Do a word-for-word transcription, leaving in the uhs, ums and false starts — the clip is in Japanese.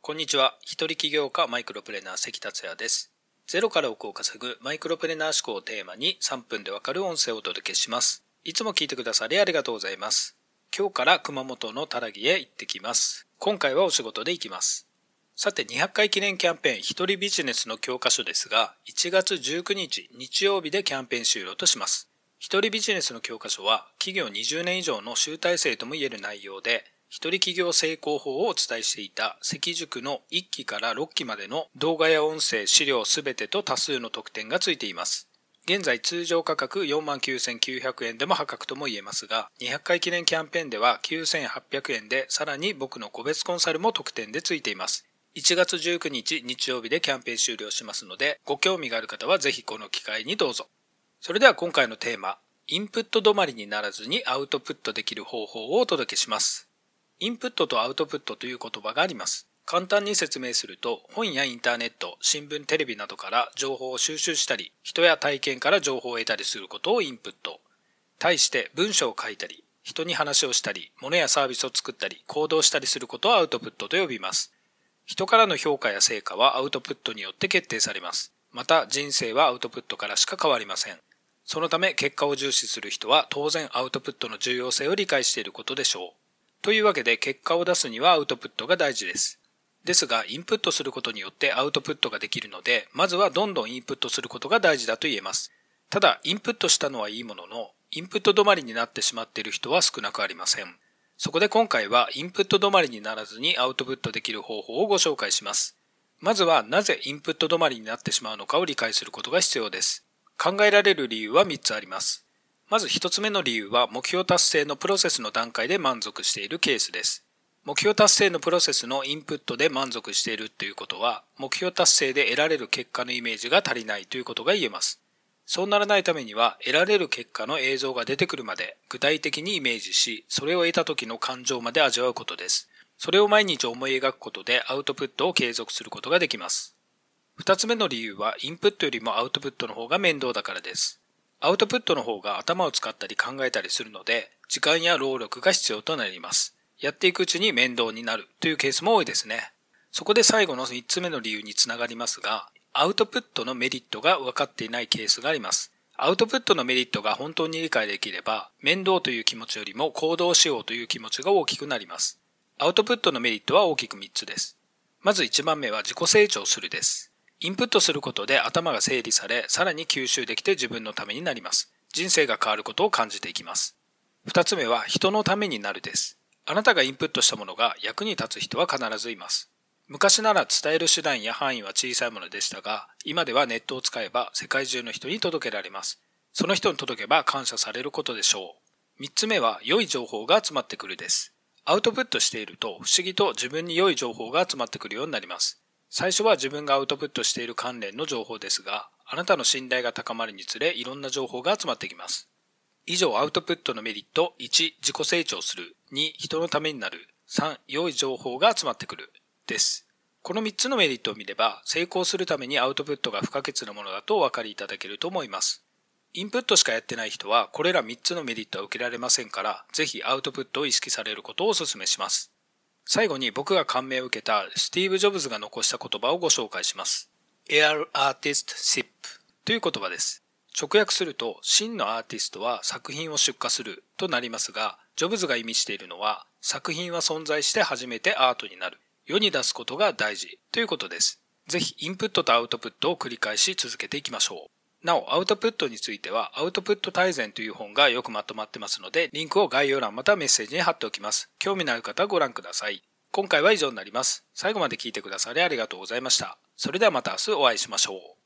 こんにちは。一人起業家マイクロプレーナー関達也です。ゼロから億を稼ぐマイクロプレーナー思考をテーマにさんぷんでわかる音声をお届けします。いつも聞いてくださりありがとうございます。今日から熊本の多良木へ行ってきます。今回はお仕事で行きます。さてにひゃっかい記念キャンペーン一人ビジネスの教科書ですが、いちがつじゅうくにち日曜日でキャンペーン終了とします。一人ビジネスの教科書は企業にじゅうねん以上の集大成ともいえる内容で、一人起業成功法をお伝えしていた関塾のいっきからろっきまでの動画や音声、資料すべてと多数の特典がついています。現在通常価格 よんまんきゅうせんきゅうひゃくえんでも破格とも言えますが、にひゃっかい記念キャンペーンではきゅうせんはっぴゃくえんで、さらに僕の個別コンサルも特典でついています。いちがつじゅうくにち日曜日でキャンペーン終了しますので、ご興味がある方はぜひこの機会にどうぞ。それでは今回のテーマ、インプット止まりにならずにアウトプットできる方法をお届けします。インプットとアウトプットという言葉があります。簡単に説明すると、本やインターネット、新聞、テレビなどから情報を収集したり、人や体験から情報を得たりすることをインプット。対して文章を書いたり、人に話をしたり、物やサービスを作ったり、行動したりすることをアウトプットと呼びます。人からの評価や成果はアウトプットによって決定されます。また人生はアウトプットからしか変わりません。そのため結果を重視する人は当然アウトプットの重要性を理解していることでしょう。というわけで結果を出すにはアウトプットが大事です。ですがインプットすることによってアウトプットができるので、まずはどんどんインプットすることが大事だと言えます。ただインプットしたのはいいものの、インプット止まりになってしまっている人は少なくありません。そこで今回はインプット止まりにならずにアウトプットできる方法をご紹介します。まずはなぜインプット止まりになってしまうのかを理解することが必要です。考えられる理由はみっつあります。まずひとつめの理由は目標達成のプロセスの段階で満足しているケースです。目標達成のプロセスのインプットで満足しているということは、目標達成で得られる結果のイメージが足りないということが言えます。そうならないためには、得られる結果の映像が出てくるまで具体的にイメージし、それを得た時の感情まで味わうことです。それを毎日思い描くことでアウトプットを継続することができます。二つ目の理由は、インプットよりもアウトプットの方が面倒だからです。アウトプットの方が頭を使ったり考えたりするので、時間や労力が必要となります。やっていくうちに面倒になるというケースも多いですね。そこで最後のみっつめの理由につながりますが、アウトプットのメリットが分かっていないケースがあります。アウトプットのメリットが本当に理解できれば、面倒という気持ちよりも行動しようという気持ちが大きくなります。アウトプットのメリットは大きくみっつです。まずいちばんめは自己成長するです。インプットすることで頭が整理され、さらに吸収できて自分のためになります。人生が変わることを感じていきます。二つ目は人のためになるです。あなたがインプットしたものが役に立つ人は必ずいます。昔なら伝える手段や範囲は小さいものでしたが、今ではネットを使えば世界中の人に届けられます。その人に届けば感謝されることでしょう。三つ目は良い情報が集まってくるです。アウトプットしていると不思議と自分に良い情報が集まってくるようになります。最初は自分がアウトプットしている関連の情報ですが、あなたの信頼が高まるにつれいろんな情報が集まってきます。以上、アウトプットのメリット、いち、自己成長する、に、人のためになる、さん、良い情報が集まってくる、です。このみっつのメリットを見れば、成功するためにアウトプットが不可欠なものだとお分かりいただけると思います。インプットしかやってない人は、これらみっつのメリットは受けられませんから、ぜひアウトプットを意識されることをお勧めします。最後に僕が感銘を受けたスティーブ・ジョブズが残した言葉をご紹介します。Air Artist Ship という言葉です。直訳すると、真のアーティストは作品を出荷するとなりますが、ジョブズが意味しているのは、作品は存在して初めてアートになる。世に出すことが大事ということです。ぜひインプットとアウトプットを繰り返し続けていきましょう。なお、アウトプットについては、アウトプット大全という本がよくまとまってますので、リンクを概要欄またはメッセージに貼っておきます。興味のある方はご覧ください。今回は以上になります。最後まで聞いてくださりありがとうございました。それではまた明日お会いしましょう。